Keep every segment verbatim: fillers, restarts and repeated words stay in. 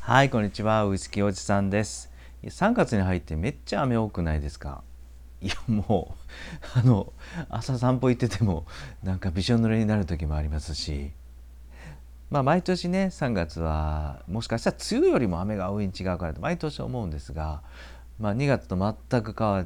はい、こんにちは。ウイスキーおじさんです。さんがつに入ってめっちゃ雨多くないですか？いや、もう、あの、朝散歩行ってても、なんかびしょ濡れになる時もありますし、まあ、毎年ね、さんがつは、もしかしたら梅雨よりも雨が多いに違うからと毎年思うんですが、まあ、にがつと全く変わって、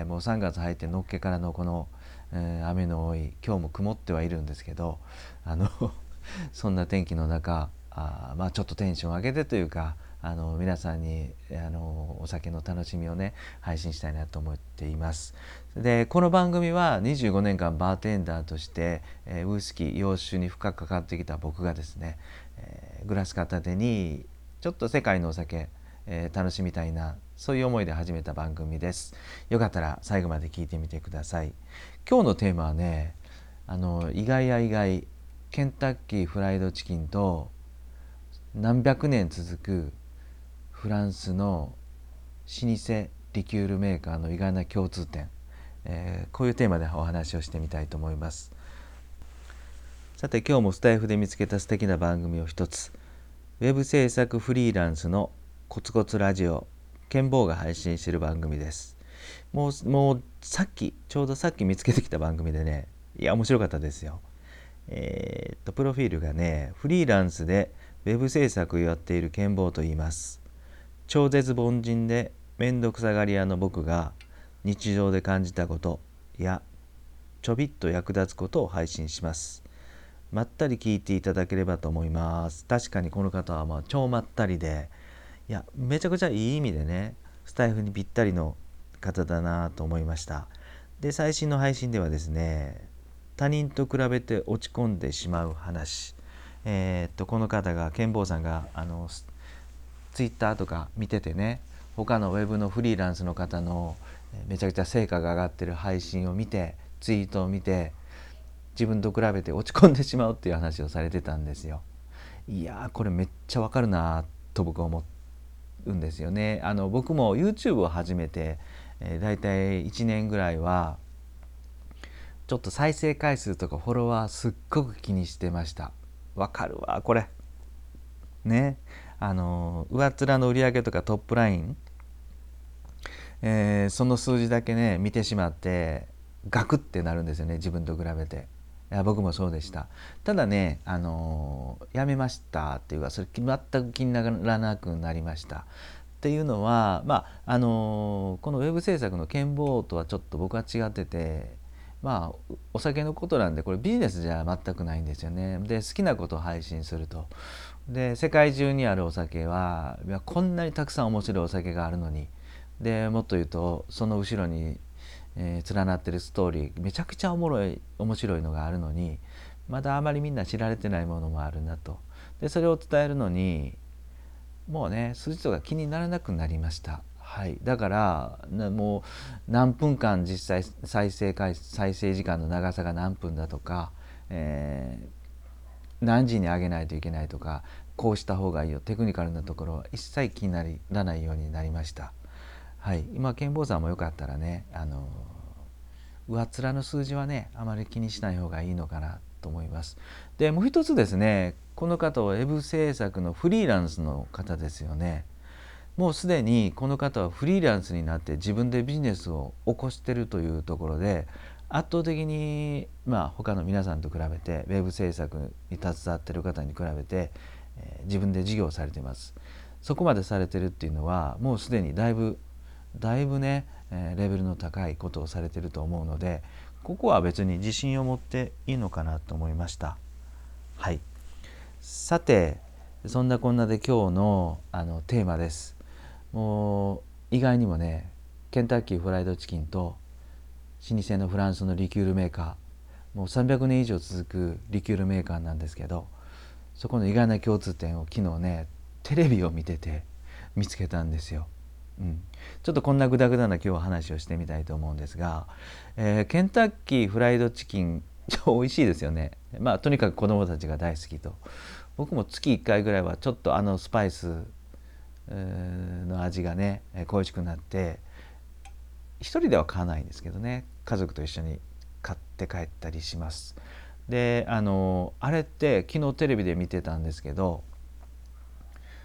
もうさんがつ入ってのっけからのこの、えー雨の多い、今日も曇ってはいるんですけど、あのそんな天気の中、あまあちょっとテンション上げてというか、あの皆さんにあのお酒の楽しみをね配信したいなと思っています。でこの番組はにじゅうごねんかんバーテンダーとして、えーウイスキー洋酒に深く関わってきた僕がですね、えーグラス片手にちょっと世界のお酒、えー楽しみたいな、そういう思いで始めた番組です。よかったら最後まで聞いてみてください。今日のテーマはね、あの意外や意外、ケンタッキーフライドチキンと何百年続くフランスの老舗リキュールメーカーの意外な共通点、えーこういうテーマでお話をしてみたいと思います。さて、今日もスタイフで見つけた素敵な番組を一つ、ウェブ制作フリーランスのコツコツラジオケンボーが配信している番組です。もうもうさっきちょうどさっき見つけてきた番組でね、いや面白かったですよ。えーっとプロフィールがね、フリーランスでウェブ制作をやっているケンボーと言います。超絶凡人でめんどくさがり屋の僕が日常で感じたことやちょびっと役立つことを配信します。まったり聞いていただければと思います。確かにこの方はまあ超まったりで、いやめちゃくちゃいい意味でね、スタイフにぴったりの方だなと思いました。で、最新の配信ではですね、他人と比べて落ち込んでしまう話、えーっとこの方がケンボーさんがあのツイッターとか見ててね、他のウェブのフリーランスの方のめちゃくちゃ成果が上がってる配信を見て、ツイートを見て、自分と比べて落ち込んでしまうっていう話をされてたんですよ。いやーこれめっちゃわかるなと僕は思うんですよね。あの僕も YouTube を始めて、えー、だいたいいちねんぐらいはちょっと再生回数とかフォロワーすっごく気にしてました。わかるわこれね。あの上っ面の売り上げとかトップライン、えーその数字だけね見てしまってガクってなるんですよね、自分と比べて。いや僕もそうでした。ただね、あのーやめましたっていうか、それ全く気にならなくなりました。っていうのは、まああのーこのウェブ制作の剣謀とはちょっと僕は違ってて、まあお酒のことなんでこれビジネスじゃ全くないんですよね。で好きなことを配信すると。で世界中にあるお酒はいやこんなにたくさん面白いお酒があるのに、でもっと言うとその後ろに、えー連なってるストーリーめちゃくちゃおもろい面白いのがあるのに、まだあまりみんな知られてないものもあるなと。でそれを伝えるのにもうね数字とか気にならなくなりました。はい、だからなもう何分間実際再生回再生時間の長さが何分だとか、えー何時に上げないといけないとか、こうした方がいいよテクニカルなところは一切気にならないようになりました。はい、今健坊さんもよかったらね、あの上っ面の数字はねあまり気にしない方がいいのかなと思います。でもう一つですね、この方はウェブ制作のフリーランスの方ですよね。もうすでにこの方はフリーランスになって自分でビジネスを起こしているというところで、圧倒的にまあ他の皆さんと比べてウェブ制作に携わっている方に比べて、えー自分で事業をされています。そこまでされてるっていうのはもうすでにだいぶだいぶね、えーレベルの高いことをされてると思うので、ここは別に自信を持っていいのかなと思いました。はい、さてそんなこんなで今日のあのテーマです。もう意外にもね、ケンタッキーフライドチキンと老舗のフランスのリキュールメーカー、もうさんびゃくねん以上続くリキュールメーカーなんですけど、そこの意外な共通点を昨日ねテレビを見てて見つけたんですよ。うん、ちょっとこんなグダグダな今日話をしてみたいと思うんですが、えーケンタッキーフライドチキン超美味しいですよね。まあとにかく子どもたちが大好きと。僕も月いっかいぐらいはちょっとあのスパイスの味がね恋しくなって、一人では買わないんですけどね、家族と一緒に買って帰ったりします。であのあれって昨日テレビで見てたんですけど、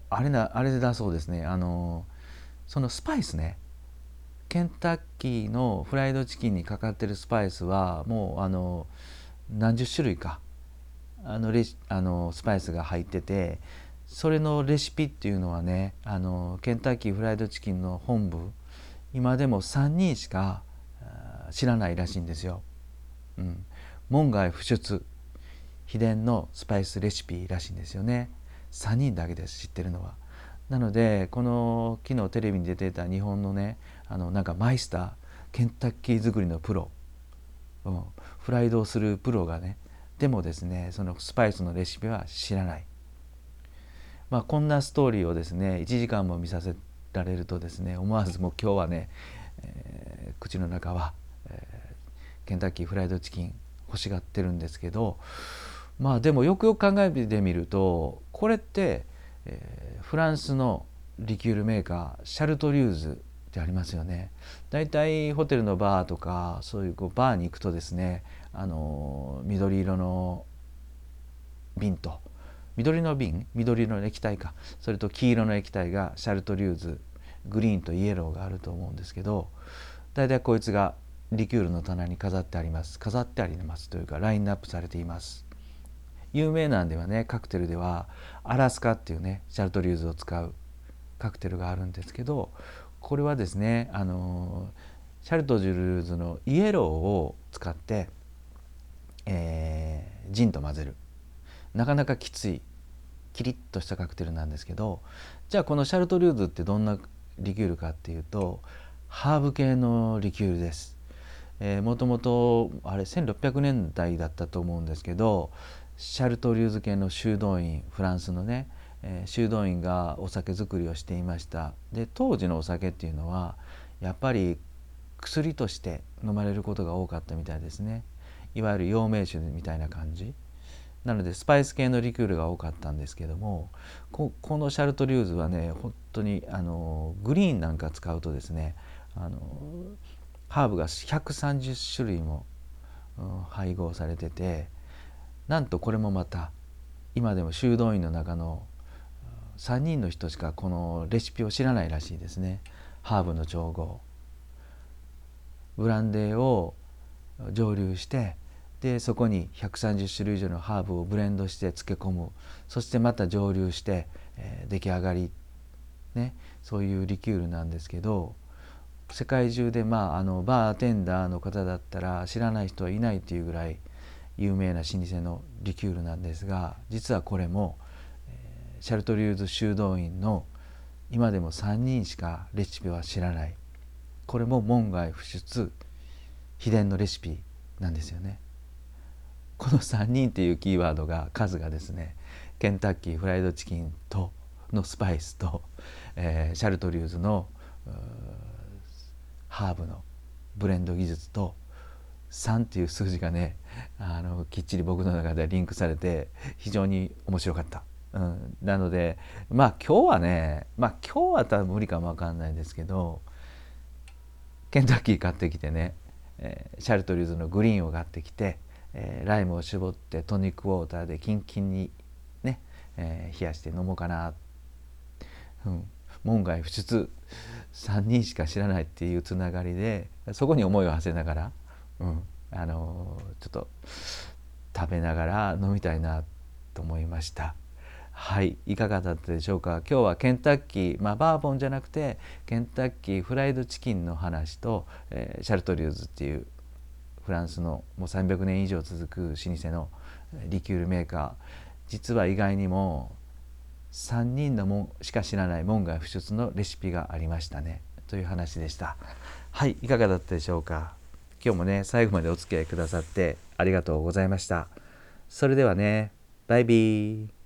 あれなあれだそうですね。あのそのスパイスね、ケンタッキーのフライドチキンにかかってるスパイスはもうあの何十種類かあのレシあのスパイスが入ってて、それのレシピっていうのはね、あのケンタッキーフライドチキンの本部、今でもさんにんしか知らないらしいんですよ。うん、門外不出秘伝のスパイスレシピらしいんですよね。さんにんだけです、知ってるのは。なのでこの昨日テレビに出ていた日本のね、あのなんかマイスター、ケンタッキー作りのプロ、うん、フライドをするプロがね、でもですねそのスパイスのレシピは知らない。まあ、こんなストーリーをですねいちじかんも見させられるとですね、思わずもう今日はね、えー口の中は、えーケンタッキーフライドチキン欲しがってるんですけど、まあでもよくよく考えてみると、これって、えーフランスのリキュールメーカーシャルトリューズってありますよね。だいたいホテルのバーとかそういうこうバーに行くとですね、あの緑色の瓶と緑の瓶緑の液体か、それと黄色の液体がシャルトリューズ、グリーンとイエローがあると思うんですけど、だいたいこいつがリキュールの棚に飾ってあります飾ってありますというかラインナップされています。有名なんではね、カクテルではアラスカっていうねシャルトリューズを使うカクテルがあるんですけど、これはですね、あのシャルトリューズのイエローを使って、えージンと混ぜる、なかなかきついキリッとしたカクテルなんですけど、じゃあこのシャルトリューズってどんなリキュールかっていうと、ハーブ系のリキュールです。もともとあれせんろっぴゃくねんだいだったと思うんですけど、シャルトリューズ系の修道院、フランスのね、えー修道院がお酒造りをしていました。で当時のお酒っていうのはやっぱり薬として飲まれることが多かったみたいですね。いわゆる陽明酒みたいな感じなのでスパイス系のリキュールが多かったんですけども、ここのシャルトリューズはね本当にあのグリーンなんか使うとですね、あのハーブがひゃくさんじゅっしゅるいも、うん、配合されてて、なんとこれもまた今でも修道院の中のさんにんの人しかこのレシピを知らないらしいですね。ハーブの調合、ブランデーを蒸留して、でそこにひゃくさんじゅっしゅるい以上のハーブをブレンドして漬け込む、そしてまた蒸留して、えー出来上がり、ね、そういうリキュールなんですけど、世界中で、まあ、あのバーテンダーの方だったら知らない人はいないというぐらい有名な老舗のリキュールなんですが、実はこれも、えーシャルトリューズ修道院の今でもさんにんしかレシピは知らない、これも門外不出秘伝のレシピなんですよね。このさんにんっていうキーワードが数がですね、ケンタッキーフライドチキンとのスパイスと、えーシャルトリューズのハーブのブレンド技術とさんっていう数字がね、あのきっちり僕の中でリンクされて非常に面白かった。うん、なのでまあ今日はね、まあ今日は多分無理かもわかんないですけど、ケンタッキー買ってきてね、えーシャルトリューズのグリーンを買ってきて、えーライムを絞ってトニックウォーターでキンキンにね、えー冷やして飲もうかな。うん、門外不出さんにんしか知らないっていうつながりで、そこに思いを馳せながら、うん、あのーちょっと食べながら飲みたいなと思いました。はい、いかがだったでしょうか。今日はケンタッキー、まあ、バーボンじゃなくてケンタッキーフライドチキンの話と、えーシャルトリューズっていうフランスのもうさんびゃくねん以上続く老舗のリキュールメーカー、実は意外にもさんにんのもしか知らない門外不出のレシピがありましたねという話でした。はい、いかがだったでしょうか。今日もね最後までお付き合いくださってありがとうございました。それではね、バイビー。